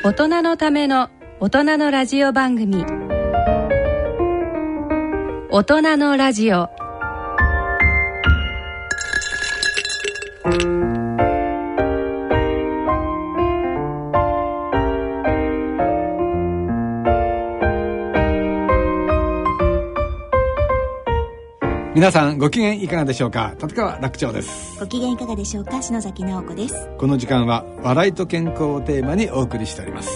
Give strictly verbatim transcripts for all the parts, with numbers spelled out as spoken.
大人のための大人のラジオ番組、大人のラジオ。 皆さんご機嫌いかがでしょうか。立川楽長です。 ご機嫌いかがでしょうか。篠崎直子です。 この時間は笑いと健康をテーマにお送りしております。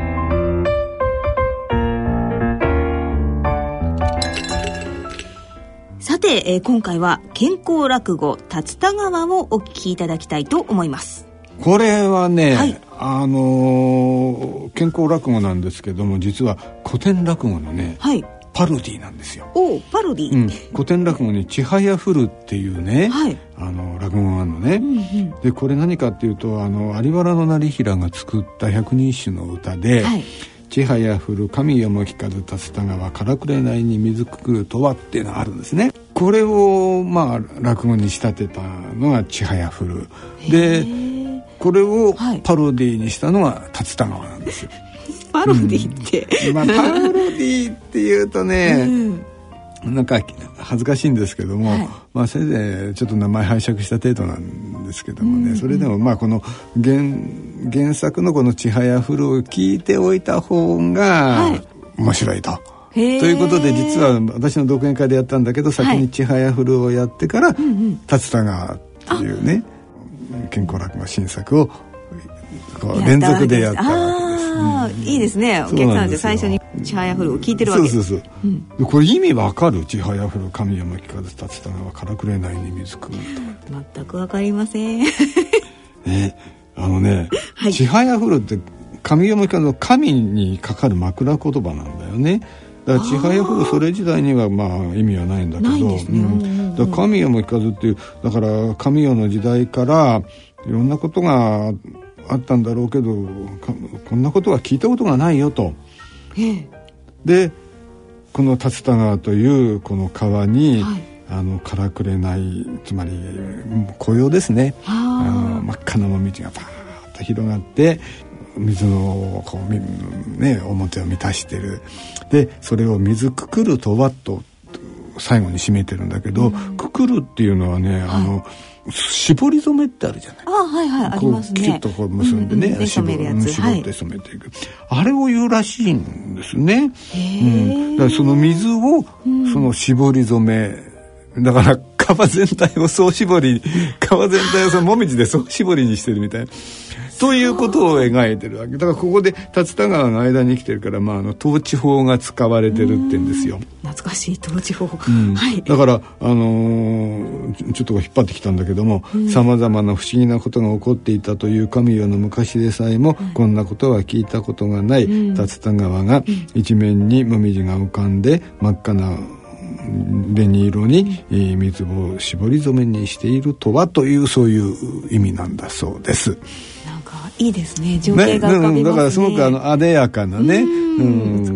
さて、えー、今回は健康落語竜田川をお聞きいただきたいと思います。 これはね、はい、あのー、健康落語なんですけども、実は古典落語のね、はい、パロディなんですよ。 おパロディ、 うん、古典落語にちはやふるっていうね、はい、あの落語があるのね、うんうん、でこれ何かっていうと、あの有原業平が作った百人一首の歌で、はい、ちはやふる神よも聞かず竜田川からくれないに水くくるとはっていうのがあるんですね。これをまあ落語に仕立てたのがちはやふるで、これをパロディにしたのが竜田川なんですよ。 パロディって、 うんまあ、パロディっていうとね、うん、なんか恥ずかしいんですけども、はい、まあ、せいぜいちょっと名前拝借した程度なんですけどもね、うんうん、それでもまあこの 原, 原作のこのちはやふるを聞いておいた方が面白いと、はい、ということで、実は私の独演会でやったんだけど、先にちはやふるをやってから、はい、竜田川っていうね、健康落語新作をこう連続でやったわけです。 あ、うん、いいですね。お客さんで最初にちはやふるを聞いてるわけです。 そうそうそう、うん、これ意味わかる？ちはやふる神山聞かず竜田川からくれないに水くむとか全くわかりません。 ね、あのね、はい、ちはやふるって神山聞かずの神にかかる枕言葉なんだよね。だからちはやふるそれ自体にはまあ意味はないんだけど、ないんですね、うん、だから神代も聞かずっていう、だから神代の時代からいろんなことがあったんだろうけど、こんなことは聞いたことがないよと、ええ、でこの竜田川というこの川に、はい、あのからくれない、つまり紅葉ですね、あの真っ赤なもみじがパーッと広がって水のこう、ね、表を満たしてる。でそれを水くくるとはと最後に締めてるんだけど、うん、くくるっていうのはね、はい、あの絞り染めってあるじゃない。 あ、はいはい、ありますね。 キュッとこう結んでね、 うんうん、 絞, 染めるやつ、 絞って染めていく、はい、あれを言うらしいんですね。へー、うん、だからその水を、うん、その絞り染めだから川全体を総絞り川全体をそのもみじで総絞りにしてるみたいなということを描いてるわけだから、ここで竜田川の間に来てるから、まあ、あの統治法が使われてるって言うんですよ。 懐かしい統治法、 うん、はい、だから、あのー、ちょっと引っ張ってきたんだけども、さまざまな不思議なことが起こっていたという神代の昔でさえも、うん、こんなことは聞いたことがない竜田川が一面にもみじが浮かんで真っ赤な紅色に水を絞り染めにしているとはという、そういう意味なんだそうです。 なんかいいですね、情景が浮かびますね。 だからすごくあの艶やかなね、 うん、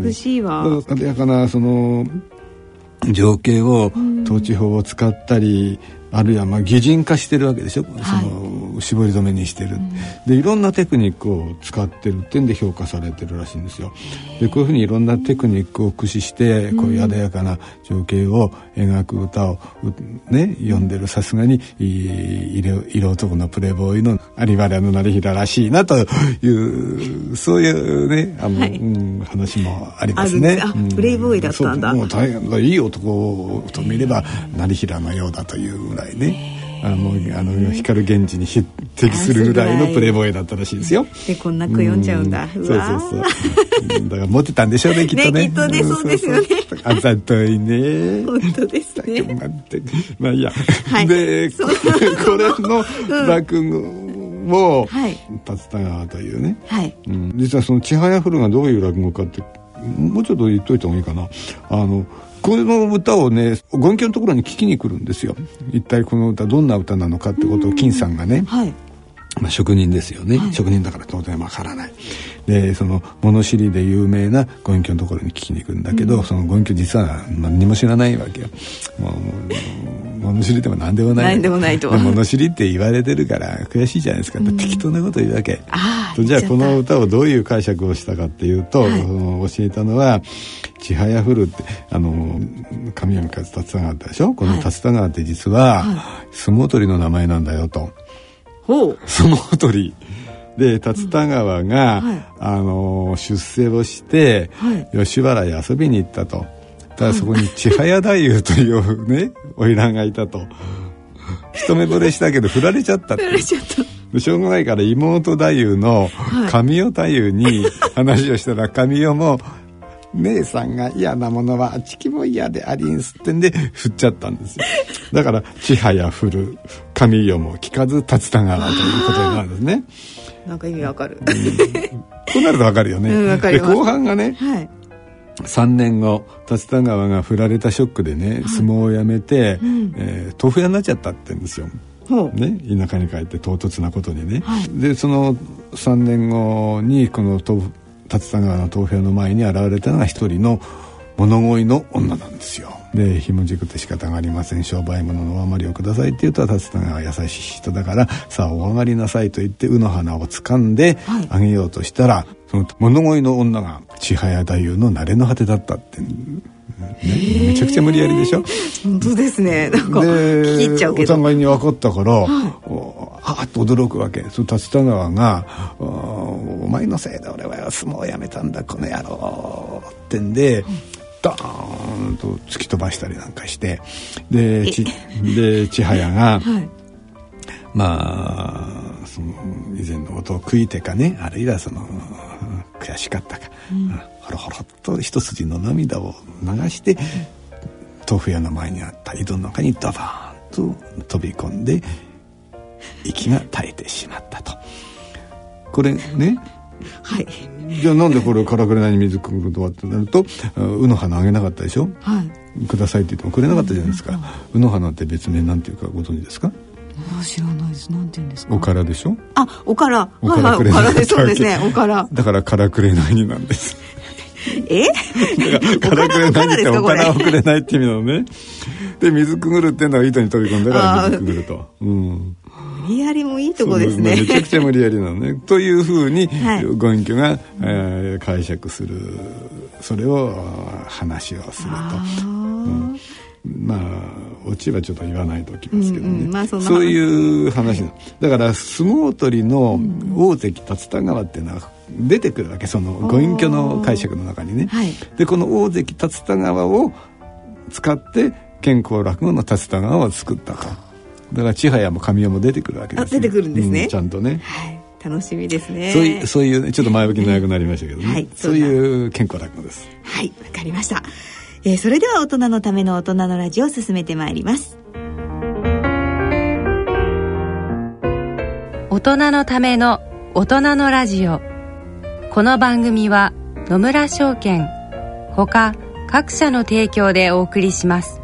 美しいわ。 艶やかなその情景を統治法を使ったり、あるいはまあ擬人化してるわけでしょ、はい、その絞り染めにしてる、うん、でいろんなテクニックを使ってるってんで評価されてるらしいんですよ。でこういうふうにいろんなテクニックを駆使してこういう艶やかな情景を描く歌を、ね、読んでる、さすがに色, 色男のプレイボーイの有原業平らしいなというそういうね、あの、はい、うん、話もありますね。 あ、プレイボーイだったんだ。 そう、もう大変いい男と見れば業平のようだというぐらいね、あのあの光源氏に匹敵するぐらいのプレイボーイだったらしいですよ。 でこんな句読んじゃうんだ。うん、うわ、そうそうそうだからモテたんでしょうね、きっとね。 ね、きっとね、そうですよね。 あざといね。 本当ですね。 まあいいや、はい、でこれの落語を、はい、竜田川というね、はい、うん、実はそのちはやふるがどういう落語かってもうちょっと言っといた方がいいかな。あのこの歌をね、ご隠居のところに聞きに来るんですよ。一体この歌どんな歌なのかってことを金さんがね、はい、 まあ、職人ですよね、はい、職人だから当然わからない。でその物知りで有名なご隠居のところに聞きに行くんだけど、うん、そのご隠居実は何にも知らないわけよ。もう物知りでも何でもない何でもないと物知りって言われてるから悔しいじゃないですか、うん、適当なこと言うわけ。 あじゃあこの歌をどういう解釈をしたかっていうと、はい、その教えたのは千早古ってあの神山勝竜田川でしょ。この竜田川って実は、はい、相撲取りの名前なんだよと。 ほう相撲取りで竜田川が、うんはい、あの出世をして、はい、吉原へ遊びに行ったと。ただそこに千早太夫というね花魁がいたと。一目惚れしたけど振られちゃったって。 振られちゃったしょうがないから妹太夫の神代太夫に話をしたら、神代も姉さんが嫌なものはあちきも嫌でありんすってんで振っちゃったんですよ。だから千早振る神代も聞かず竜田川ということになるんですね。 なんか意味わかる、うん、 こうなるとわかるよね、 うん、で後半がね、はい、さんねんご竜田川が振られたショックでね、はい、相撲をやめて、うんえー、豆腐屋になっちゃったって言うんですよ、ね、田舎に帰って唐突なことにね、はい、でそのさんねんごにこの豆腐竜田川の豆腐屋の前に現れたのが一人の物乞いの女なんですよ。で紐じくって仕方がありません、商売物のお余りをくださいって言うと竜田川は優しい人だからさあお上がりなさいと言って卯の花を掴んであげようとしたら、はい、その物乞いの女が千早太夫の慣れの果てだったって、ね、めちゃくちゃ無理やりでしょ。 本当ですね。なんか聞き入っちゃうけどお互いに分かったから、はい、あーっと驚くわけ。その竜田川がお前のせいで俺は相撲をやめたんだこの野郎ってんで、うんドーンと突き飛ばしたりなんかしてでちで千早が、はい、まあその以前のことを悔いてかね、あるいはその悔しかったか、うん、ほろほろっと一筋の涙を流して、うん、豆腐屋の前にあった井戸の中にドバーンと飛び込んで息が絶えてしまったと。これねはい、 じゃあなんでこれをからくれないに水くぐるとはってなると卯の花あげなかったでしょ、はい、くださいって言ってもくれなかったじゃないですか。卯の花って別名なんていうかご存知ですか？ あ知らないです。なんて言うんですか？ おからでしょ。 あおからおからくれない、はいはい、そうですねおからだからからくれないになんですえだからからくれないっておからをくれないって意味なのね。で水くぐるっていうのは糸に飛び込んだから水くぐると、うん無理やりもいいとこですね。 めちゃくちゃ無理やりなのねというふうに、はい、ご隠居が、えー、解釈する、それを話をすると、うん、まあオチはちょっと言わないときますけどね、うんうんまあ、そ, そういう話だから相撲取りの大関竜田川っていうのは出てくるわけ、そのご隠居の解釈の中にね、はい、でこの大関竜田川を使って健康落語の竜田川を作ったと。だから千早も神代も出てくるわけですよ。 あ出てくるんですね、 うん、ちゃんとね、 はい、楽しみですね。 そういう、そういう、ね、ちょっと前置き長くなりましたけどね、はい、そういう健康落語です。 はいわかりました、えー、それでは大人のための大人のラジオを進めてまいります。 大人のための大人のラジオ。この番組は野村証券ほか各社の提供でお送りします。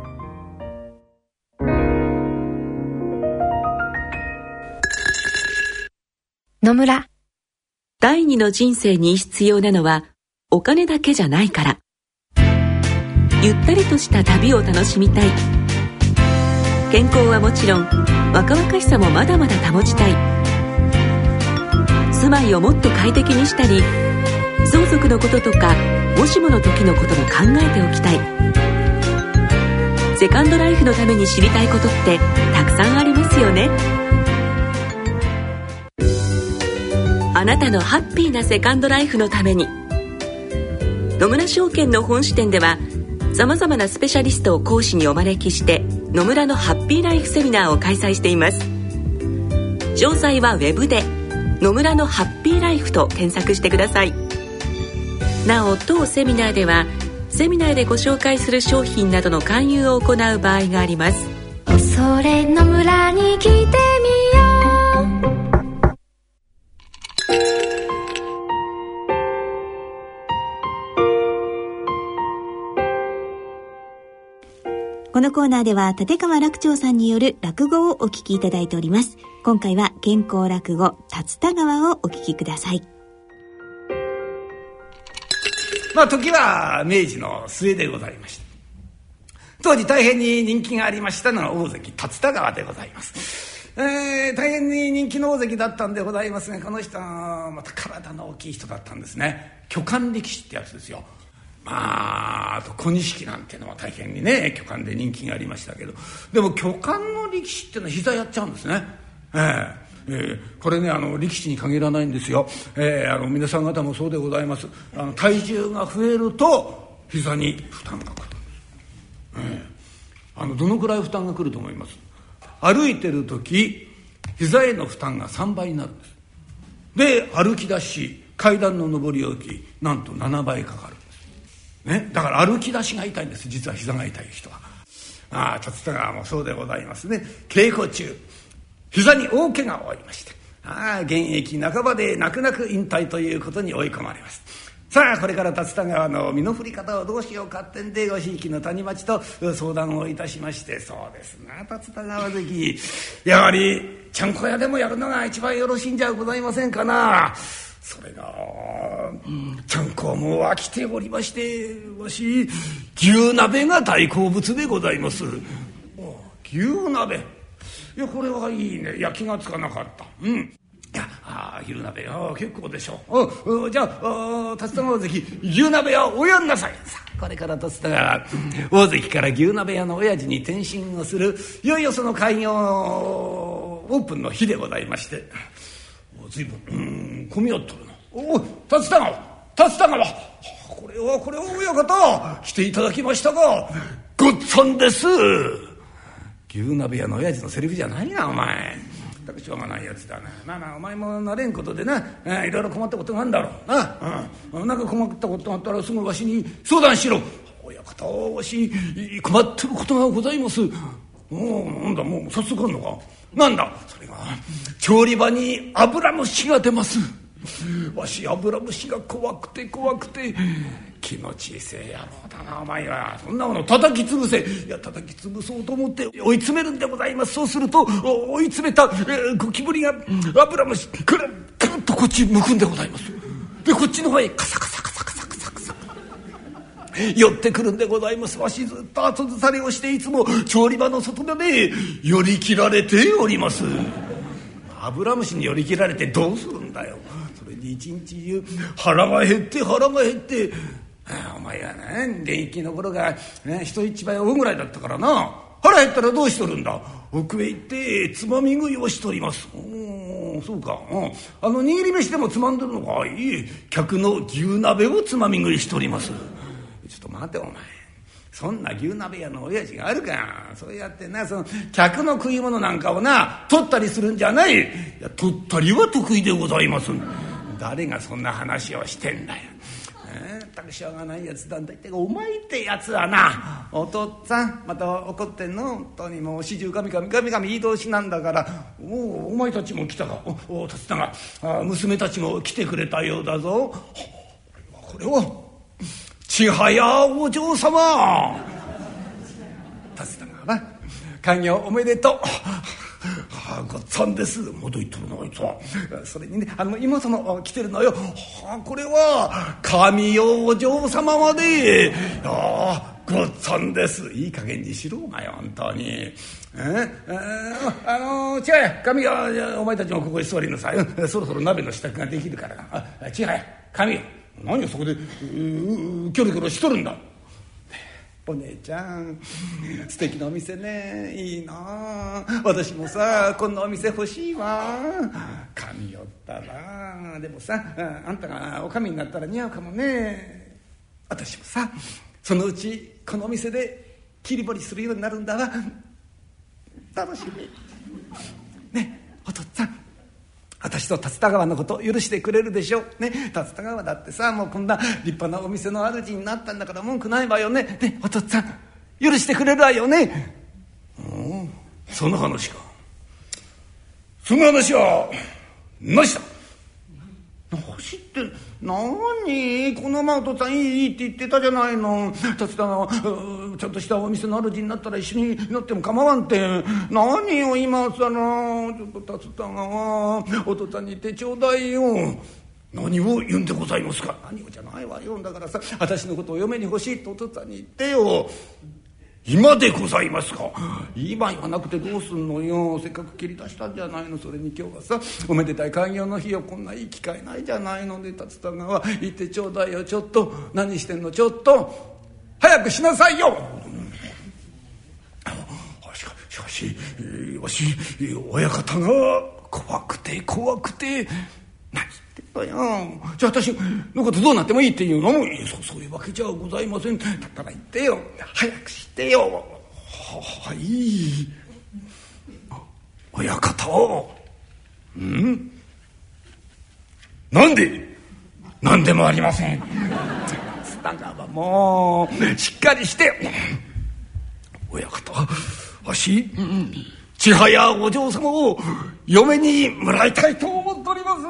野村。第二の人生に必要なのはお金だけじゃないから。ゆったりとした旅を楽しみたい。健康はもちろん若々しさもまだまだ保ちたい。住まいをもっと快適にしたり、相続のこととかもしもの時のことも考えておきたい。セカンドライフのために知りたいことってたくさんありますよね。あなたのハッピーなセカンドライフのために、野村証券の本支店ではさまざまなスペシャリストを講師にお招きして野村のハッピーライフセミナーを開催しています。詳細はウェブで野村のハッピーライフと検索してください。なお当セミナーではセミナーでご紹介する商品などの勧誘を行う場合があります。 恐れの村に来てみよう。 こののコーナーでは立川楽長さんによる落語をお聞きいただいております。今回は健康落語竜田川をお聞きください。 まあ時は明治の末でございました。当時大変に人気がありましたのが大関竜田川でございます。えー、大変に人気の大関だったんでございますが、この人はまた体の大きい人だったんですね。巨漢力士ってやつですよ。まあ、あと小錦なんていうのは大変にね巨漢で人気がありましたけど、でも巨漢の力士っていうのは膝やっちゃうんですね。えーえー、これねあの力士に限らないんですよ。えー、あの皆さん方もそうでございます。あの体重が増えると膝に負担がかかる。えー、あのどのくらい負担がくると思います？歩いてる時膝への負担がさんばいになるんです。で歩き出し階段の上り下りなんとななばいかかるんです、ね、だから歩き出しが痛いんです。実は膝が痛い人は。ああ竜田川もそうでございますね。稽古中膝に大怪我を負いまして、ああ現役半ばで泣く泣く引退ということに追い込まれます。さあこれから竜田川の身の振り方をどうしようかってんでごひいきの谷町と相談をいたしまして、そうですな竜田川関やはりちゃんこ屋でもやるのが一番よろしいんじゃございませんかな。それがちゃんこも飽きておりまして、わし牛鍋が大好物でございます。牛鍋、いやこれはいいね。いや気がつかなかった。うん、いやあ昼鍋あ結構でしょう。おじゃあ竜田川関牛鍋屋おやんなさい。さあこれから竜田川大関から牛鍋屋の親父に転身をするいよいよその開業オープンの日でございまして、随分うん混み合っとるな。おお竜田川竜田川、これはこれは親方来ていただきましたがごっつぁんです。牛鍋屋の親父のセリフじゃないなお前。しょうがないやつだな。まあまあお前も慣れんことでな、あいろいろ困ったことがあるんだろうな、うん、なんか困ったことがあったらすぐわしに相談しろ。親方わし困ってることがございます。おなんだもう早速あんのか。なんだそれが調理場に油虫が出ます。わし油虫が怖くて怖くて気の小せえ野郎だなお前は。そんなもの叩き潰せ。いや叩き潰そうと思って追い詰めるんでございます。そうすると追い詰めた、えー、ゴキブリが油虫くるくるっとこっち向くんでございます。でこっちの方へカサカサカサカサカサカサ寄ってくるんでございます。わしずっと後ずさりをしていつも調理場の外でね寄り切られております。油虫に寄り切られてどうするんだよ。それに一日中腹が減って腹が減って、ああお前はね現役の頃が、ね、人一倍大ぐらいだったからな。腹減ったらどうしとるんだ。奥へ行ってつまみ食いをしとります。おそうか、うん、あの握り飯でもつまんでるのか。いい客の牛鍋をつまみ食いしとります。ちょっと待てお前、そんな牛鍋屋の親父があるか。そうやってなその客の食い物なんかをな取ったりするんじゃない。いや取ったりは得意でございます。誰がそんな話をしてんだよ。えー、たくしょうがないやつだんだいってお前ってやつはなお父っつぁんまた怒ってんの。本当にもう始終神々神々移動しなんだから。おお前たちも来たか。おお竜田があ娘たちも来てくれたようだぞ。これは千早お嬢様。竜田がな開業おめでとう。はあ、ごっつぁんです。まだ言っとるなあいつは。それにねあの妹も来てるのよ。はあ、これは神代お嬢様まで。ああごっつぁんです。いい加減にしろお前本当に。ええあの違うや神代お前たちもここに座りなさい。そろそろ鍋の支度ができるからな。あ違うや神代何をそこでキョロキョロしとるんだ。お姉ちゃん素敵なお店ね。いいな私もさこんなお店欲しいわ。神よったらでもさあんたがおかみになったら似合うかもね。私もさそのうちこのお店で切り盛りするようになるんだわ。楽しみね。お父っつぁん私と竜田川のこと許してくれるでしょね。竜田川だってさもうこんな立派なお店の主になったんだから文句ないわよね。ねお父っつぁん許してくれるわよね。うんその話か。その話はなしだ。 しって何、このままお父さんいいって言ってたじゃないの。達田がちゃんとしたお店の主になったら一緒になっても構わんって。何を今さらちょっと達田がお父さんに言ってちょうだいよ。何を言うんでございますか。何をじゃないわよ。だからさ、私のことを嫁に欲しいとお父さんに言ってよ。今でございますか。今言わなくてどうすんのよ。せっかく切り出したんじゃないの。それに今日はさおめでたい開業の日よ。こんないい機会ないじゃないので、達田川言ってちょうだいよ。ちょっと何してんの。ちょっと早くしなさいよ。しかしかし、えー、わし親方が怖くて怖くて何言ってんのよ。じゃあ私のことどうなってもいいっていうのも、そうそういうわけじゃございません。だったら言ってよ。早くしてよ。ははい親方をんなんでなんでもありません。スタガはもうしっかりして親方わし千早お嬢様を嫁にもらいたいと思っております。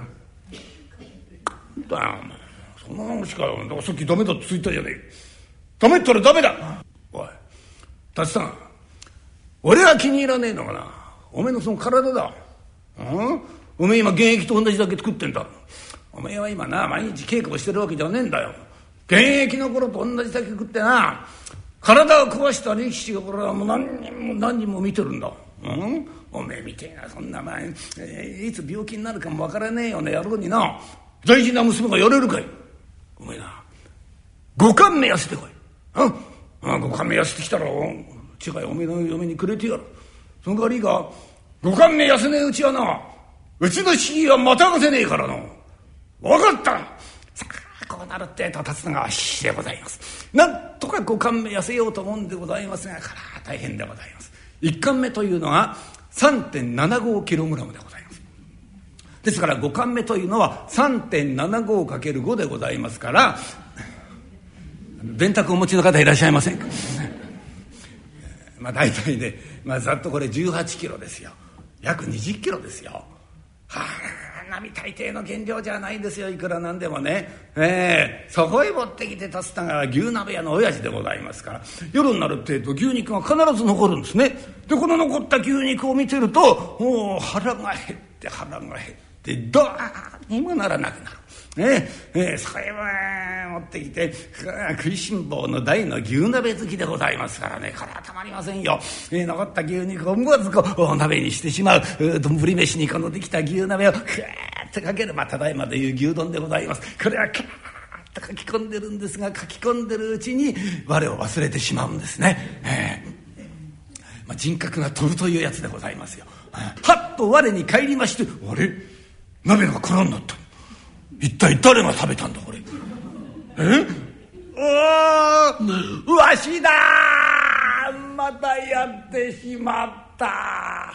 だよそんな話かよ。だからさっきダメだってついたじゃねえ。ダメったらダメだ。おい達さん、俺は気に入らねえのかな。おめえのその体だ。うんおめえ今現役と同じだけ作ってんだ。おめえは今な毎日稽古してるわけじゃねえんだよ。現役の頃と同じだけ食ってな体を壊した力士がこれはもう何人も何人も見てるんだ。うんおめえみてえなそんな前、えー、いつ病気になるかもわからねえような野郎にな大事な娘がやれるかい。おめえなご貫目痩せてこい。うんご貫目痩せてきたら違いおめえの嫁にくれてやる。その代わりがご貫目痩せねえうちはなうちの敷居はまたがせねえからな。分かった。さあこうなるってと達田川必死でございます。なんとかご貫目痩せようと思うんでございますがから大変でございます。いっ貫目というのが さんてんななごキログラム でございます。ですからご貫目というのは さんてんななごかけるご でございますから、電卓お持ちの方いらっしゃいませんか。まあ大体で、まあ、ざっとこれじゅうはちキロですよ。約にじゅっキロですよ。はあ、並大抵の原料じゃないんですよ。いくらなんでもね。えー、そこへ持ってきて達田が牛鍋屋の親父でございますから、夜になるってえと牛肉が必ず残るんですね。でこの残った牛肉を見てるともう腹が減って腹が減ってどうにもならなくなる。ねえー、それは持ってきて食いしん坊の大の牛鍋好きでございますからね、これはたまりませんよ。えー、残った牛肉を思わずこうお鍋にしてしまう丼飯にこのできた牛鍋をクーッとかける、まあただいまでいう牛丼でございます。これはカーッと書き込んでるんですが、書き込んでるうちに我を忘れてしまうんですね。えーまあ、人格が飛ぶというやつでございますよ。はっと我に返りまして、あれ鍋が空になった。一体誰が食べたんだこれ。えおわしだまたやってしまった。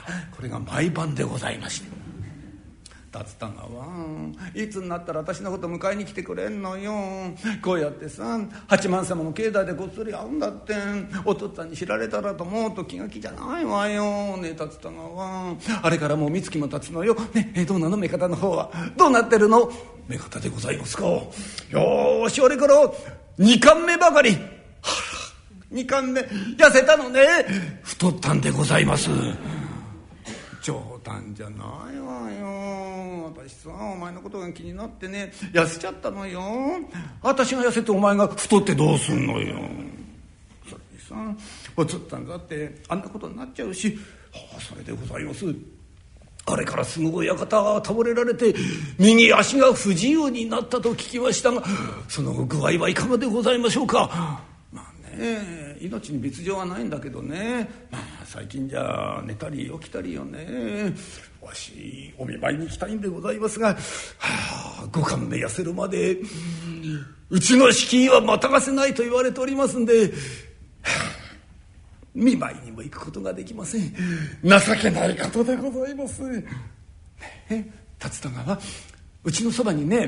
これが毎晩でございまして、達田川いつになったら私のこと迎えに来てくれんのよ。こうやってさ八幡様の境内でこっそり会うんだって。お父っつぁんに知られたらと思うと気が気じゃないわよ。ねえ達田川あれからもう三月も経つのよ。ねえどうなの目方の方はどうなってるの。目方でございますか。よーしあれから二貫目ばかり。はら二貫目痩せたのね。太ったんでございます。冗談じゃないわよ。私さお前のことが気になってね痩せちゃったのよ。私が痩せてお前が太ってどうすんのよ。それにさおつったんだってあんなことになっちゃうし、はあ、それでございます。あれからすぐ親方が倒れられて右足が不自由になったと聞きましたが、その具合はいかがでございましょうか。まあね命に別状はないんだけどね、まあ、最近じゃ寝たり起きたりよね。わしお見舞いに行きたいんでございますが、はあ、ご貫目痩せるまでうちの敷居はまたがせないと言われておりますんで、はあ見舞いにも行くことができません。情けないことでございます。ね、達田川うちのそばにね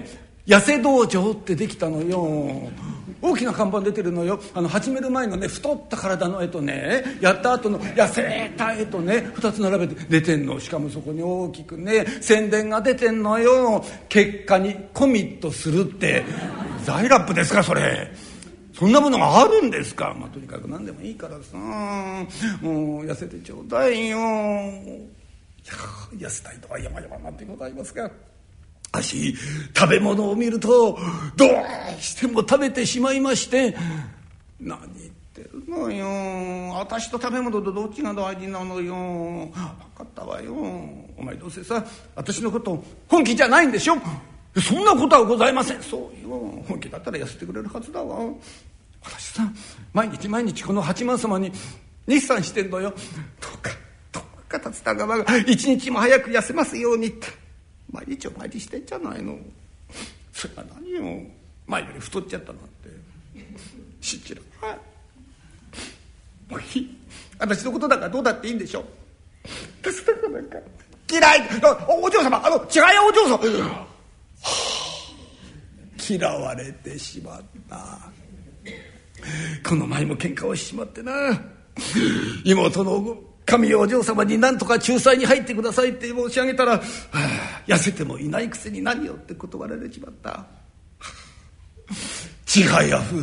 痩せ道場ってできたのよ。大きな看板出てるのよ。あの始める前のね太った体の絵とね、やった後の痩せた絵とね、ふたつ並べて出てんの。しかもそこに大きくね宣伝が出てんのよ。結果にコミットするって。ザイラップですかそれ。そんなものがあるんですか。まあ、とにかく何でもいいからさ、もう痩せてちょうだいよ。いや痩せたいとは山々なんでございますが、私食べ物を見るとどうしても食べてしまいまして。何言ってるのよ。私と食べ物とどっちが大事なのよ。分かったわよ。お前どうせさ私のこと本気じゃないんでしょ。そんなことはございません。そうよ、本気だったら痩せてくれるはずだわ。私さ毎日毎日この八幡様に日産してんのよ。どうかどうか竜田川が一日も早く痩せますようにって毎日お参りしてんじゃないの。それが何よ、前より太っちゃったなんて信じられない。もういい、私のことだからどうだっていいんでしょ。竜田川なんか嫌い。お嬢様、あの違うよお嬢様。はあ、嫌われてしまった。この前も喧嘩をしまってな、妹の神お嬢様に何とか仲裁に入ってくださいって申し上げたら、はあ、痩せてもいないくせに何よって断られてしまった。ちはやふる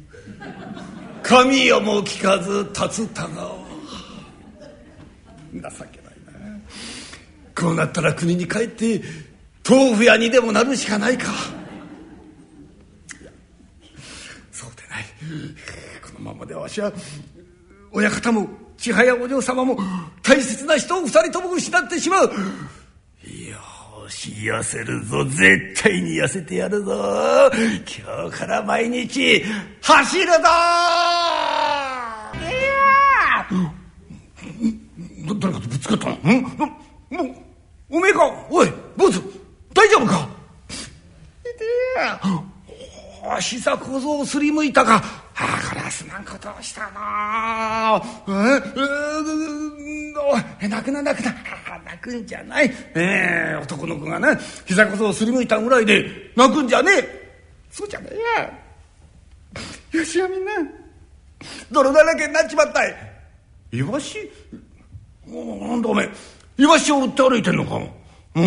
神よも聞かず竜田川。情けないな。こうなったら国に帰って豆腐屋にでもなるしかないか。そうでない。このままではわしは親方も千早お嬢様も大切な人を二人とも失ってしまう。よし痩せるぞ、絶対に痩せてやるぞ。今日から毎日走るぞ。誰かとぶつかったの？ん？もうおめえか。おい坊主大丈夫か。お膝小僧をすりむいたか。ああこれはすまんことをしたな。ええ泣くな泣くな。泣くんじゃない。ええ男の子がね膝小僧をすりむいたぐらいで泣くんじゃねえ。そうじゃねえや。よしはみんな泥だらけになっちまったい。イワシ？なんだおめえイワシを売って歩いてんのか。うん？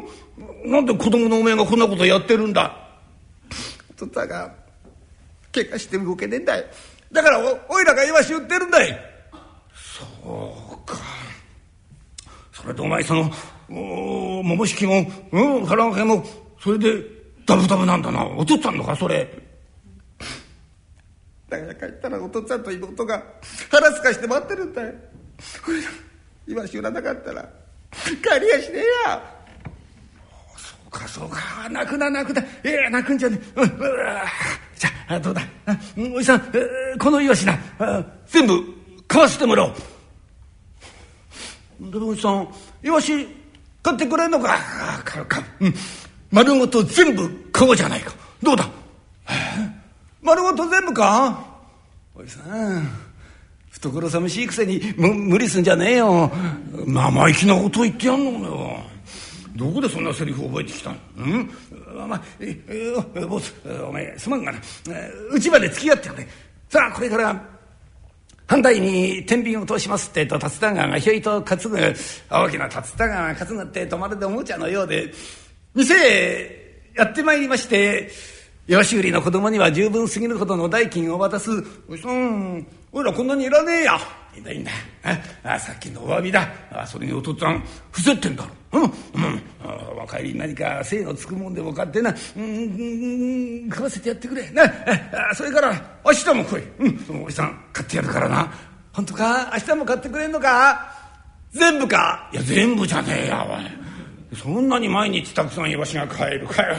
なんで子供のおめえがこんなことやってるんだ。お父っつぁんが怪我して動けねえんだよ。だから お, おいらがイワシ売ってるんだい。そうか。それでお前その桃敷も、うん、腹掛けもそれでダブダブなんだな。お父っつぁんのかそれ。だから帰ったらお父っつぁんと妹が腹すかして待ってるんだよ。おいらイワシ売らなかったら帰りやしねえや。そうかそうか。泣くな泣くな。ええ泣くんじゃねえ。うん、うじゃあどうだ。おじさん、えー、このイワシな全部買わせてもらおう。でおじさんイワシ買ってくれんのか。買う買う、うん、丸ごと全部買おうじゃないか。どうだ。丸ごと全部か。おじさん懐寂しいくせに無理すんじゃねえよ。生意気なこと言ってやんのよ。どこでそんなセリフ覚えてきたの。うん、まあ、ええボスお前すまんがな、うちまで付き合ってやれ。さあこれから反対に天秤を通しますってと竜田川がひょいと担ぐ大きな竜田川が担ぐってとまるでおもちゃのようで店へやってまいりまして、イワシ売りの子供には十分すぎるほどの代金を渡す。おいさんおいらこんなにいらねえや。いいんだいいんだ。ああさっきのお詫びだ。あそれにお父っつぁん伏せってんだろ。うん、うん、お帰りに何か精のつくもんでも買ってな、うん、食わせてやってくれな。あそれから明日も来い。うん、そのおじさん買ってやるからな。本当か。明日も買ってくれんのか。全部か。いや全部じゃねえやおい。そんなに毎日たくさんイワシが買えるかよ。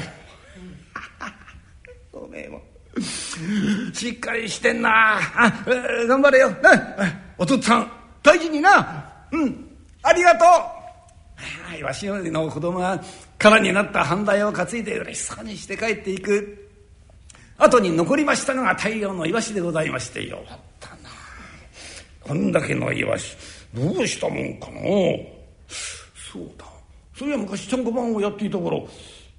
おめえもしっかりしてんな。あ、えー、頑張れよな。お父っつぁん大事にな。うんありがとう。イワシの子供は空になった半台を担いで嬉しそうにして帰っていく。後に残りましたのが大量のイワシでございまして、よかったな。こんだけのイワシどうしたもんかな。そうだそういや昔ちゃんこ番をやっていた頃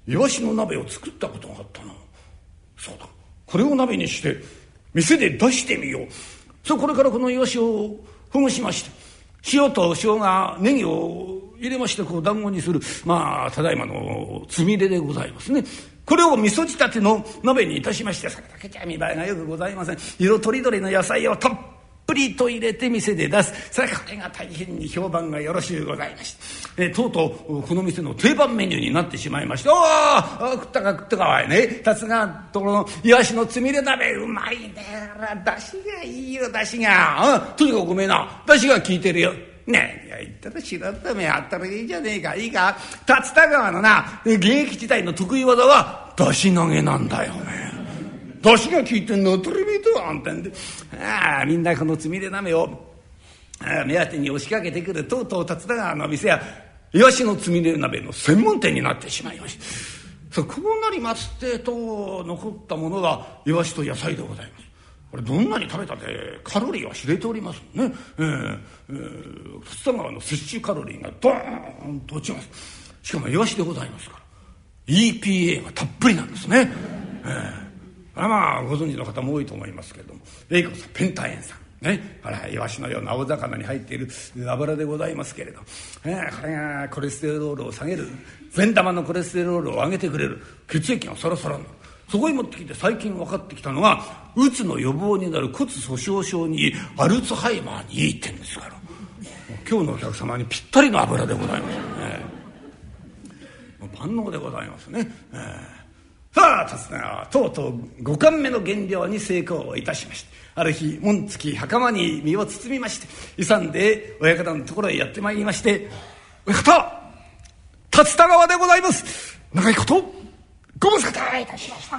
イワシの鍋を作ったことがあったな。そうだ、これを鍋にして店で出してみよう。そう、これからこのイワシをほぐしまして、塩と生姜ネギを入れましてこう団子にする、まあただいまのつみれでございますね。これを味噌仕立ての鍋にいたしまして、それだけじゃ見栄えがよくございません。色とりどりの野菜をたっぷりと入れて店で出す。それこれが大変に評判がよろしゅうございまして、えとうとうこの店の定番メニューになってしまいまして、おー、食ったか食ったかわいね、達川ところのイワシのつみれ鍋うまいね。だしがいいよ、だしが。とにかくごめんな、だしが効いてるよ。ねえ、言ったら白っためあったらいいじゃねえか。いいか、竜田川のな現役時代の得意技はだし投げなんだよね。だしが効いてんのとりめとはあんたんで、ああみんなこのつみれ鍋をあ目当てに押しかけてくる。とうとう竜田川の店はイワシのつみれ鍋の専門店になってしまいました。そう、こうなりますってと残ったものがイワシと野菜でございます。これどんなに食べたってカロリーは知れておりますね。えーえー、竜田川の摂取カロリーがドーンと落ちます。しかもイワシでございますから イーピーエー がたっぷりなんですね。えーまあご存知の方も多いと思いますけれども、レイコさんペンタエン酸ね、ほらイワシのような青魚に入っている油でございますけれど、えー、これがコレステロールを下げる、善玉のコレステロールを上げてくれる、血液がサラサラになる。そこに持ってきて最近分かってきたのが、うつの予防になる骨粗しょう症にアルツハイマーにいいってんですから、今日のお客様にぴったりの油でございますよね。万能でございますね。えーさあ達がとうとうごかんめの減量に成功いたしまして、ある日紋付き袴に身を包みまして勇んで親方のところへやってまいりまして、親方竜田川でございます、長いことご無沙汰いたしました。竜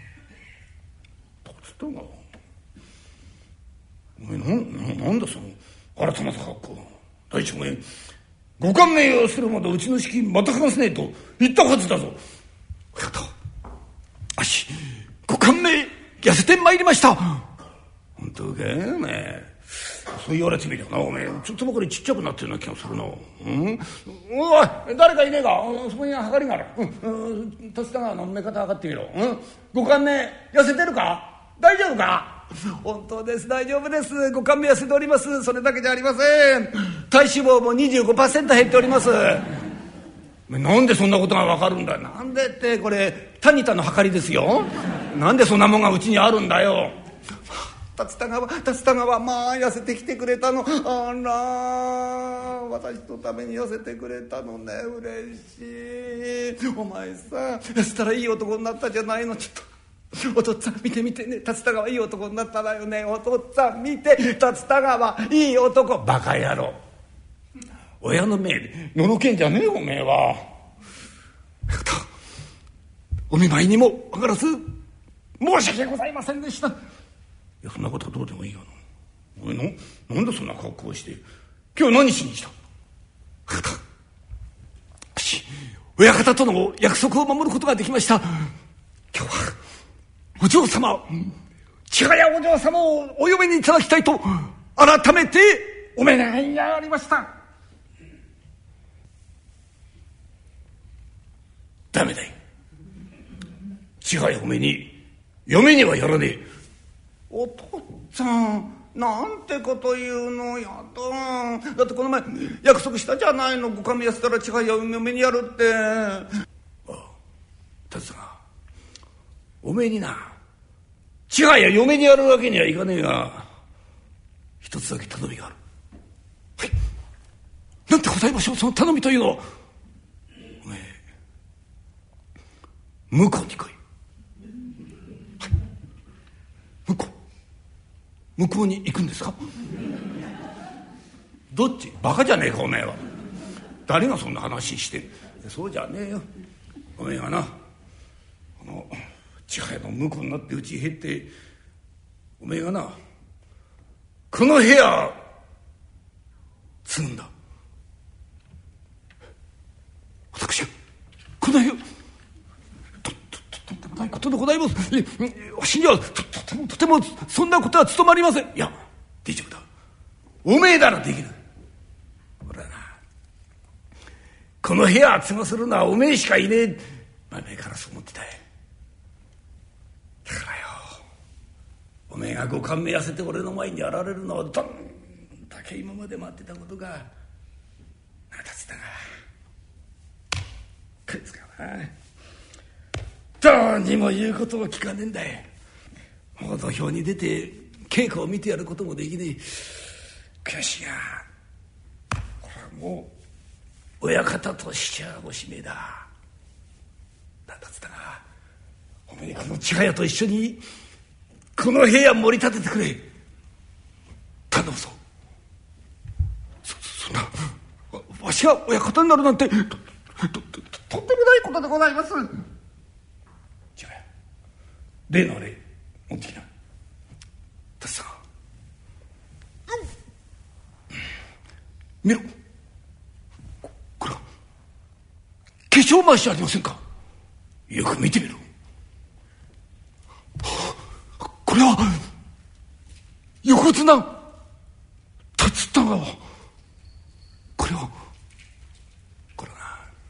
田川、お前 な, な, なんだその新たな格好、大将めごかんめをするまでうちの敷またかますねえと言ったはずだぞ。親方あしごかんめ痩せてまいりました。本当かお前、そう言われてみるよな。お前ちょっとばかりちっちゃくなってるような気がするな。うん、おい誰かいねえか、そこに測りがある。うん竜田川の目方測ってみろ。うん、ごかんめ痩せてるか、大丈夫か。本当です、大丈夫です。ごかんめ痩せております。それだけじゃありません、体脂肪も にじゅうごパーセント 減っております。なんでそんなことがわかるんだよ。なんでって、これタニタの計りですよ。なんでそんなもんがうちにあるんだよ。竜田川、竜田川、まあ痩せてきてくれたの。あら私のために痩せてくれたのね、嬉しい。お前さ痩せたらいい男になったじゃないの。ちょっとお父っつぁん見て見てね、竜田川いい男になっただよね。お父っつぁん見て、竜田川いい男。バカ野郎、親の命でのろけんじゃねえよおめえは。お見舞いにも上がらず申し訳ございませんでした。いやそんなことはどうでもいいよな。お前のなんでそんな格好をして今日何しに来た。親方、親方との約束を守ることができました。今日はお嬢様、千早お嬢様をお嫁にいただきたいと改めてお願いがありました。ダメだよ、千早嫁に嫁にはやらねえ。お父っつぁんなんてこと言うの。やだ、だってこの前約束したじゃないの。ごかんめ痩せたら千早嫁にやるって。ああ達がおめえにな千早嫁にやるわけにはいかねえが、一つだけ頼みがある。はい、なんて答えましょう、その頼みというのは。おめえ向こうに来い。はい、向こう向こうに行くんですか。どっち、バカじゃねえかおめえは。誰がそんな話してる。そうじゃねえよ。おめえがなこの千早の婿になってうちへ入って、おめえがなこの部屋継ぐんだ。私はこの部屋ととととんでもないことでございます。わしにはととてもとてもそんなことは務まりません。いや大丈夫だ、おめえならできる。ほらな、この部屋継がせるのはおめえしかいねえ。 前々からそう思ってたよ。だからよ、おめえがご冠目痩せて俺の前に現れるのをどんだけ今まで待ってたことがなたつだがこいつがな、どうにも言うことを聞かねえんだよ。もう土俵に出て稽古を見てやることもできねえ。悔しいがこれはもう親方としちゃおしめだ。なんだつったが、おめえこの千早と一緒にこの部屋盛り立ててくれ。頼むぞ。そ, そんな わ, わしが親方になるなんて と, と, と, とんでもないことでございます。千早、例のあれ持ってきな。達さん、見ろ、ここれは化粧回しじゃありませんか。よく見てみろ。これは横綱竜田川。これはこれは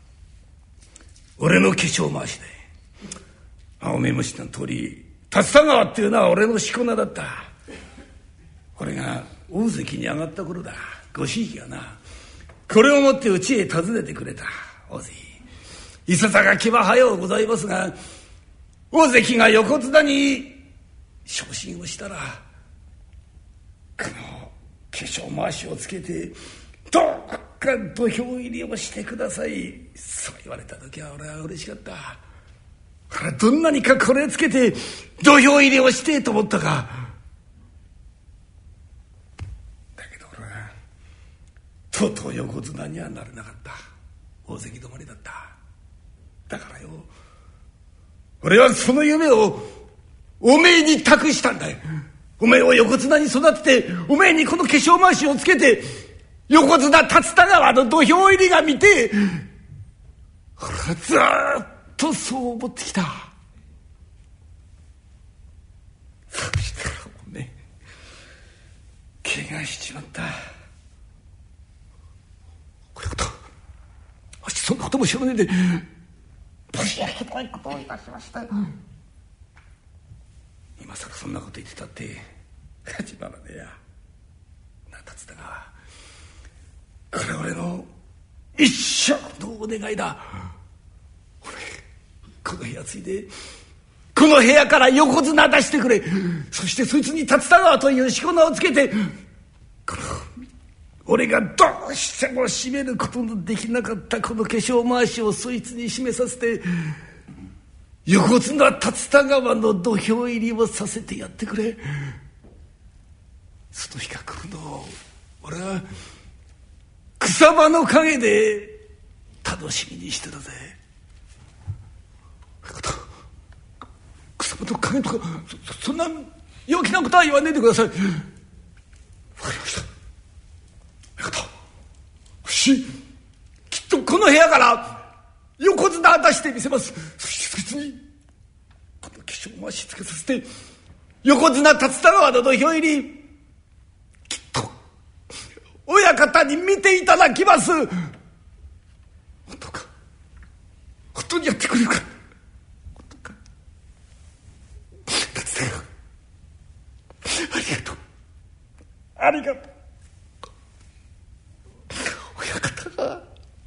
俺の化粧回しで、青目虫の通り竜田川っていうのは俺のしこ名だった。俺が大関に上がった頃だ。ごひいきがな、これを持ってうちへ訪ねてくれた。大関、いささか気は早うございますが、大関が横綱に昇進をしたらこの化粧回しをつけてどうか土俵入りをしてください、そう言われた時は俺は嬉しかった。これどんなにかこれつけて土俵入りをしてと思ったか。だけど俺はとうとう横綱にはなれなかった。大関止まりだった。だからよ、俺はその夢をおめえに託したんだよ。おめえを横綱に育てて、おめえにこの化粧回しをつけて横綱竜田川の土俵入りが見て、俺はずーっとそう思ってきた。そしたらおめえ怪我しちまった。これことわしそんなことも知らねえで申し訳ないことをいたしました、うん、今さらそんなこと言ってたって始まらねえや。なたつだが、これ俺の一生のお願いだ。俺この部屋ついでこの部屋から横綱出してくれ。そしてそいつに竜田川というしこ名をつけて、この俺がどうしても締めることのできなかったこの化粧回しをそいつに締めさせて、横綱竜田川の土俵入りをさせてやってくれ。その日が来るのを俺は草葉の陰で楽しみにしてたぜ。草葉の陰とか そ, そんな陽気なことは言わねえでください。わかりました。親方、よし、きっとこの部屋から横綱出してみせます。そしてそいつにこの化粧回しつけさせて横綱竜田川の土俵入りきっと親方に見ていただきます。本当か、本当にやってくれるか。本当か、竜田川、ありがとう、ありがとう。親方が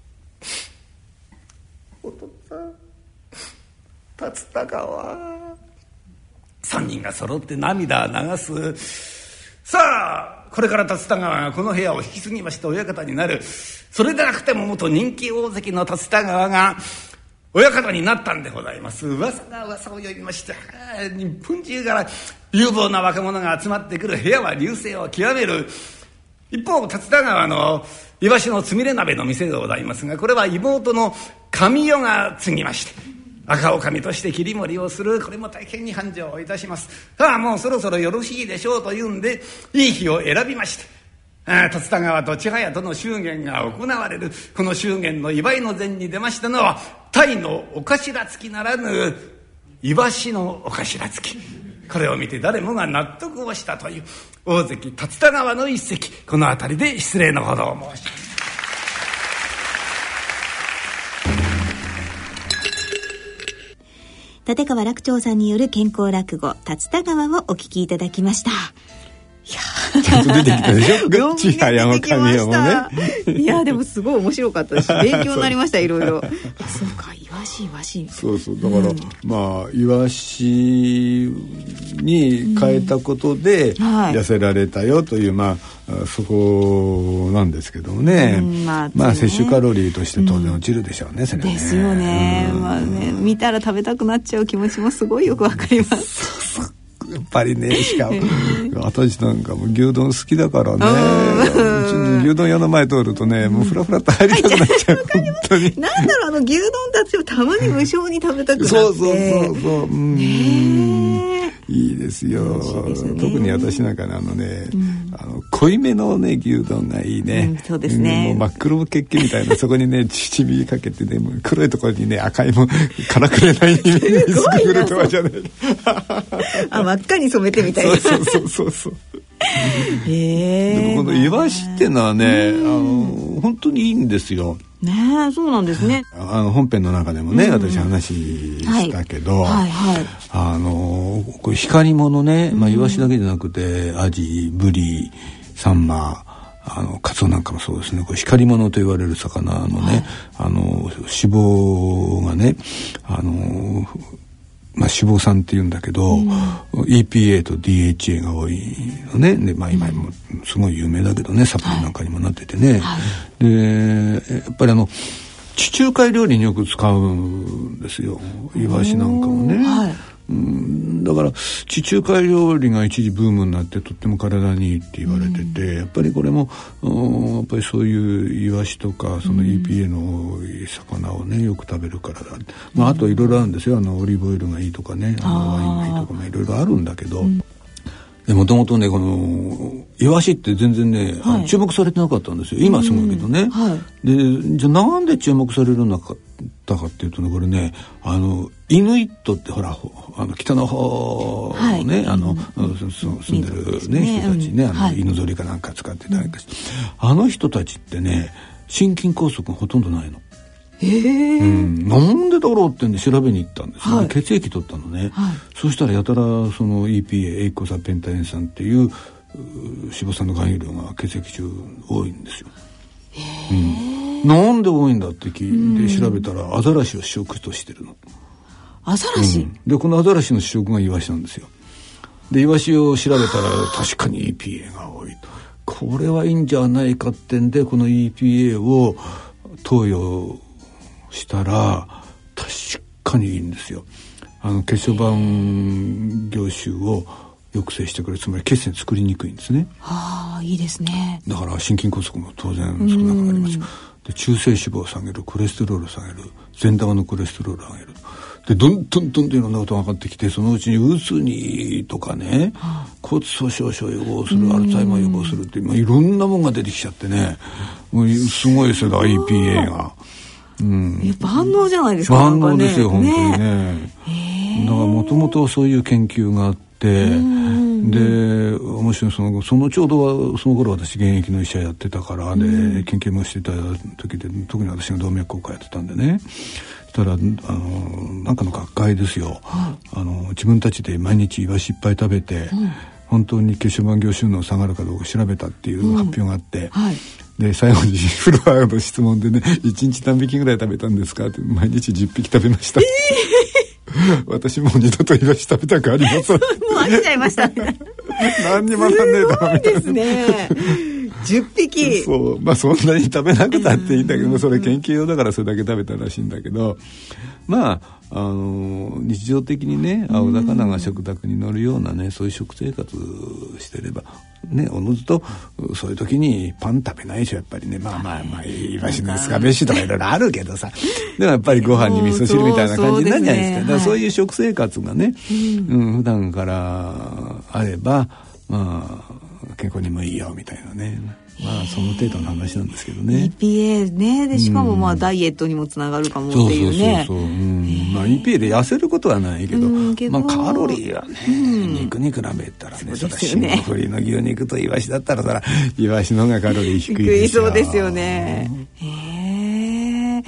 お父さん竜田川、三人が揃って涙を流す。さあこれから竜田川がこの部屋を引き継ぎまして親方になる。それでなくても元人気大関の竜田川が親方になったんでございます。噂が噂を呼びまして、日本中から有望な若者が集まってくる。部屋は隆盛を極める。一方竜田川のイワシのつみれ鍋の店でございますが、これは妹の神代が継ぎまして赤女将として切り盛りをする。これも大変に繁盛いたします。さあもうそろそろよろしいでしょうというんでいい日を選びまして、竜田川と千早との祝言が行われる。この祝言の祝いの膳に出ましたのは鯛のお頭付きならぬイワシのお頭付き。これを見て誰もが納得をしたという大関竜田川の一席。この辺りで失礼のほどを申します。 立川楽長さんによる健康落語竜田川をお聞きいただきました。 いやちゃんと出てきたでしょ千早の神代もね。 いやでもすごい面白かったし勉強になりましたいろいろ。そうか、イワシイワシ。 そうそう、だから、うん、まあイワシに変えたことで痩せられたよという、うん、まあそこなんですけどもね、うん、まあ、まあ摂取カロリーとして当然落ちるでしょうね、うん、それはね。 ですよね、うん、まあね、見たら食べたくなっちゃう気持ちもすごいよくわかります。 そうそう、やっぱりね、しかも私なんかも牛丼好きだからね、牛丼屋の前通るとね、もうフラフラっと入りたくなっちゃう。本当になんだろう、あの牛丼たちをたまに無償に食べたくなって。 そうそうそうそう、うん、ね、いいですよ。ですね、特に私なんかね、あのね、うん、あの濃いめのね牛丼がいいね、 うん、そうですね、 うん、もう真っ黒血気みたいなそこにね七味かけてね、もう黒いところにね赤いもからくれないイメージ作るとかじゃないあ、真っ赤に染めてみたいな。 そうそうそうそうへでもこのイワシってのはね、あの本当にいいんですよ。 ねえ、そうなんですね。 あの本編の中でもね、うん、私話したけど、はいはいはい、あのこれ光り物ね、まあ、イワシだけじゃなくてアジ、ブリ、サンマ、あのカツオなんかもそうですね。これ光り物と言われる魚のね、はい、あの脂肪がね、あのまあ、脂肪酸って言うんだけど、うん、イーピーエー と ディーエイチエー が多いのね。で、まあ、今もすごい有名だけどね、サプリなんかにもなっててね、はい、でやっぱりあの地中海料理によく使うんですよ、イワシなんかもね、はい、うん、だから地中海料理が一時ブームになってとっても体にいいって言われてて、うん、やっぱりこれもやっぱりそういうイワシとかその イーピーエー の多い魚をねよく食べるからだ、まあ、あといろいろあるんですよ。あのオリーブオイルがいいとかね、あのワインがいいとか、まあ、いろいろあるんだけど、うん、もともとねこのイワシって全然ね、はい、注目されてなかったんですよ。今はすごいけどね、うんはい、でじゃあなんで注目されるようになったかっていうとね、これね、あのイヌイットってほらあの北の方のね、はい、あの、うん、住んでる、ねね、人たちね、あの、はい、犬ぞりかなんか使ってたりかして、うん、あの人たちってね心筋梗塞がほとんどないの。 へー、 うん、なんでだろうってんで調べに行ったんですよ、はい、血液取ったのね、はい、そうしたらやたらその イーピーエー エイコサペンタエン酸っていう脂肪酸の含有量が血液中多いんですよ。 へー、 うん、なんで多いんだって聞いて調べたらアザラシを主食としてるの。 アザラシ、うん、 でこのアザラシの主食がイワシなんですよ。でイワシを調べたら確かに イーピーエー が多いと、これはいいんじゃないかってんでこの イーピーエー を投与したら確かにいいんですよ。あの血小板凝集を抑制してくれる、つまり血栓作りにくいんですね。 ああ、いいですね。 だから心筋梗塞も当然少なくなります。で中性脂肪を下げる、コレステロールを下げる、善玉のコレステロールを上げる、でどんどんどんどんいろんなことが分かってきて、そのうちにうつにとかね、はあ、骨粗しょう症を予防する、アルツハイマー予防するって、まあ、いろんなもんが出てきちゃってね、もうすごいですよ、イーピーエー が。うん、 やっぱ反応じゃないですか。 万能ですよ、ね、本当にね。だからもともとそういう研究があって、で面白い、そのそのちょうどその頃私現役の医者やってたから、で研究もしてた時で、特に私が動脈硬化やってたんでね、そしたらあのなんかの学会ですよ、はい、あの自分たちで毎日イワシいっぱい食べて、うん、本当に血小板凝集能下がるかどうか調べたっていう発表があって、うん、はい、で最後にフロアの質問でね、いちにち何匹ぐらい食べたんですかって、毎日じゅっぴき食べました、えー、私もう二度とイワシ食べたくありません。もう飽きちゃいましたね。 何にもなんねえだろみたいな。 すごいですね。じゅっぴき。 そう、まあそんなに食べなくたっていいんだけど、それ研究用だからそれだけ食べたらしいんだけど、まああの日常的にね、青魚が食卓に乗るようなね、そういう食生活してればね、おのずとそういう時にパン食べないでしょ、やっぱりね。まあまあまあイワシのスカ飯とかいろいろあるけどさ、でもやっぱりご飯に味噌汁みたいな感じになるじゃないですか。だからそういう食生活がね、うん、普段からあればまあ健康にもいいよみたいなね。まあその程度の話なんですけどね。 イーピーエー ね、でしかもまあダイエットにもつながるかもっていうね。そうそうそうそう、うん、まあ イーピーエー で痩せることはないけど、うん、けどまあカロリーはね、うん、肉に比べたらね、それ霜降りの牛肉とイワシだったらそらイワシの方がカロリー低いですよ。 低いそうですよね。へえ。い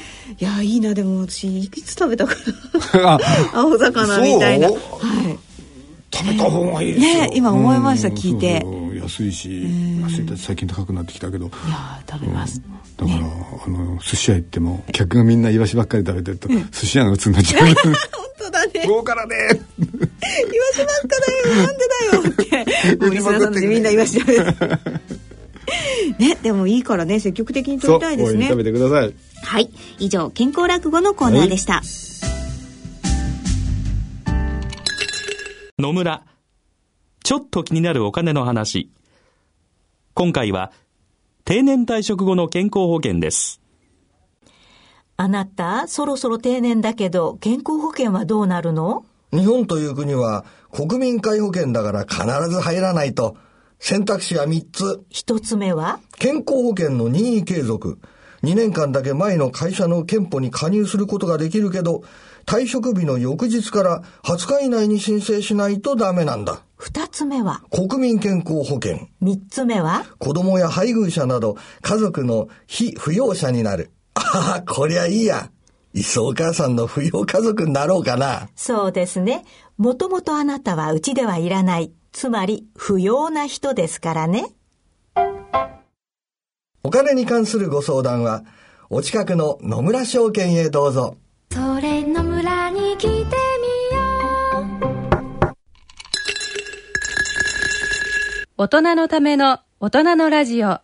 いやいいな。でも私いつ食べたかな青魚みたいな、はい、 食べた方がいいですよ、 ね、今思いました、聞いて。 そうそう安いし、安いって最近高くなってきたけど、いや食べます、 うん、だから、ね、あの寿司屋行っても客がみんなイワシばっかり食べてると、うん、寿司屋が鬱になっちゃう本当だね、 豪華だねイワシばっかだよなんでだよってもうリスナーさんたちみんなイワシ食べるね、でもいいからね積極的に取りたいですね。 食べてください。 はい、以上健康落語のコーナーでした、はい、 野村ちょっと気になるお金の話。今回は定年退職後の健康保険です。 あなたそろそろ定年だけど健康保険はどうなるの？ 日本という国は国民皆保険だから必ず入らないと。選択肢はみっつ。 一つ目は健康保険の任意継続。にねんかんだけ前の会社の健保に加入することができるけど、退職日の翌日からはつか以内に申請しないとダメなんだ。 二つ目は国民健康保険。 三つ目は子供や配偶者など家族の非扶養者になる。ああ、こりゃいいや。いっそお母さんの扶養家族になろうかな。 そうですね。もともとあなたはうちではいらない。つまり不要な人ですからね。 お金に関するご相談はお近くの野村証券へどうぞ。 それ野村に来てみよう。 大人のための大人のラジオ。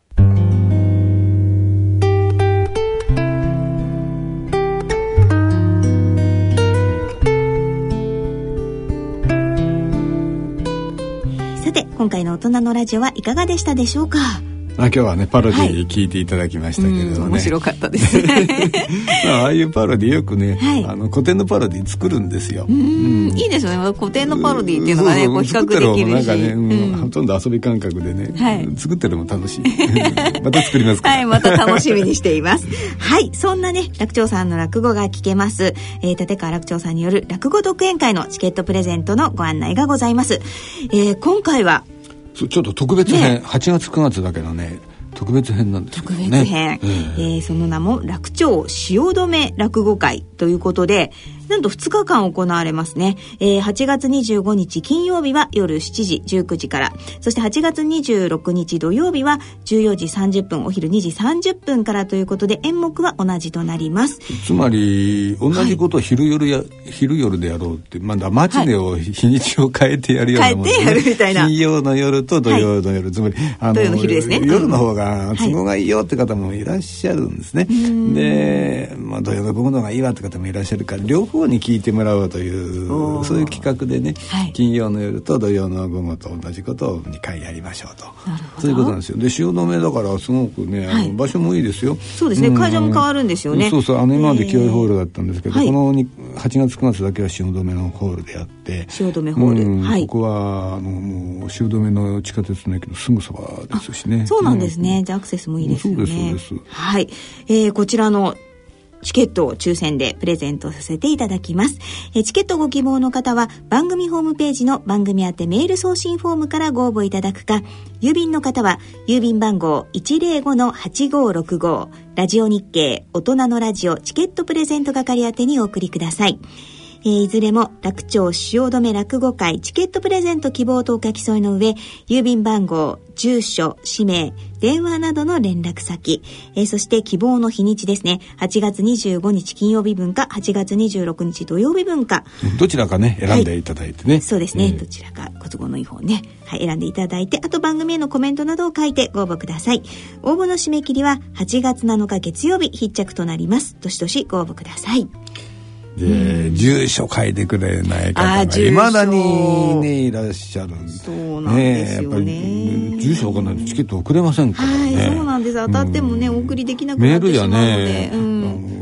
さて今回の大人のラジオはいかがでしたでしょうか。 あ今日はねパロディ聞いていただきましたけれどもね、はい、 面白かったですねまあ、ああいうパロディよくね、はい、あの古典のパロディ作るんですよ。 うん、うん、いいですよね。古典のパロディっていうのがね、こう比較できるし、なんかね、 うんうん、ほとんど遊び感覚でね、はい、作ってるのも楽しいまた作りますからはい、また楽しみにしていますはい、そんなね楽長さんの落語が聞けます、えー、立川楽長さんによる落語独演会のチケットプレゼントのご案内がございます。えー、今回はちょっと特別編、ね、はちがつくがつだけどね特別編なんですけどね。 特別編、えーえー、その名も楽長汐留落語会ということで、なんとふつかかん行われますね、えー、はちがつにじゅうごにち金曜日は夜しちじじゅうくじから、そしてはちがつにじゅうろくにち土曜日はじゅうよじさんじゅっぷんお昼にじさんじゅっぷんからということで演目は同じとなります。 つまり同じことを昼夜や、はい、昼夜でやろうって、まだマチネを日にちを変えてやるようなもんで、ね、 変えてやるみたいな。 金曜の夜と土曜の夜、はい、つまりあの土曜の昼ですね。 夜の方が都合がいいよって方もいらっしゃるんですね、はい、で、まあ、土曜の午後の方がいいわって方もいらっしゃるから両方に聞いてもらうというそういう企画でね、はい、金曜の夜と土曜の午後と同じことをにかいやりましょうと、そういうことなんですよ。で汐留だからすごくね、はい、あの場所もいいですよ。 そうですね、うん、会場も変わるんですよね。 そうそう、あの今まで清居ホールだったんですけど、えー、このはちがつくがつだけは汐留のホールでやって汐留ホール、 うん、 はい、 ここはあのもう汐留の地下鉄の駅のすぐそばですしね。 そうなんですね、うん、じゃあアクセスもいいですよね。 そうですそうです、 はい、えー、こちらのチケットを抽選でプレゼントさせていただきます。えチケットご希望の方は番組ホームページの番組宛てメール送信フォームからご応募いただくか、郵便の方は郵便番号 いちぜろごのはちごろくご ラジオ日経大人のラジオチケットプレゼント係宛てにお送りください。えー、いずれも楽長汐留落語会チケットプレゼント希望とお書き添えの上、郵便番号、住所、氏名、電話などの連絡先、えー、そして希望の日にちですね、はちがつにじゅうごにち金曜日分かはちがつにじゅうろくにち土曜日分か、 どちらかね選んでいただいてね、 はい、そうですね、えー、どちらかご都合のいい方ね、はい、選んでいただいて、あと番組へのコメントなどを書いてご応募ください。応募の締め切りははちがつなのか月曜日必着となります。どしどしご応募ください。 で、うん、住所書いてくれない方がいまだに、ね、いらっしゃる。 そうなんですよね。 ね、やっぱり住所置かないとチケット送れませんからね。 はい、そうなんです。当たってもね、うん、お送りできなくなってしまうので、メールやね、うん、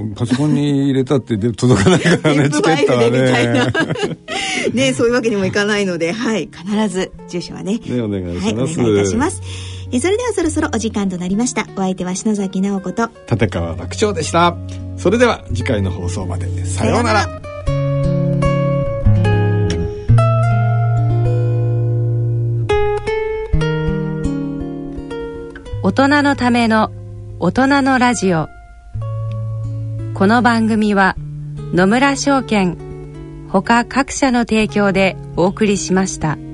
パソコンに入れたって届かないからねチケットはねね、そういうわけにもいかないので、はい、必ず住所はね、 ねお願いします。 はい、お願いいたします。えそれではそろそろお時間となりました。お相手は篠崎直子と立川楽長でした。それでは次回の放送までさようなら。 大人のための大人のラジオ。 この番組は野村証券ほか各社の提供でお送りしました。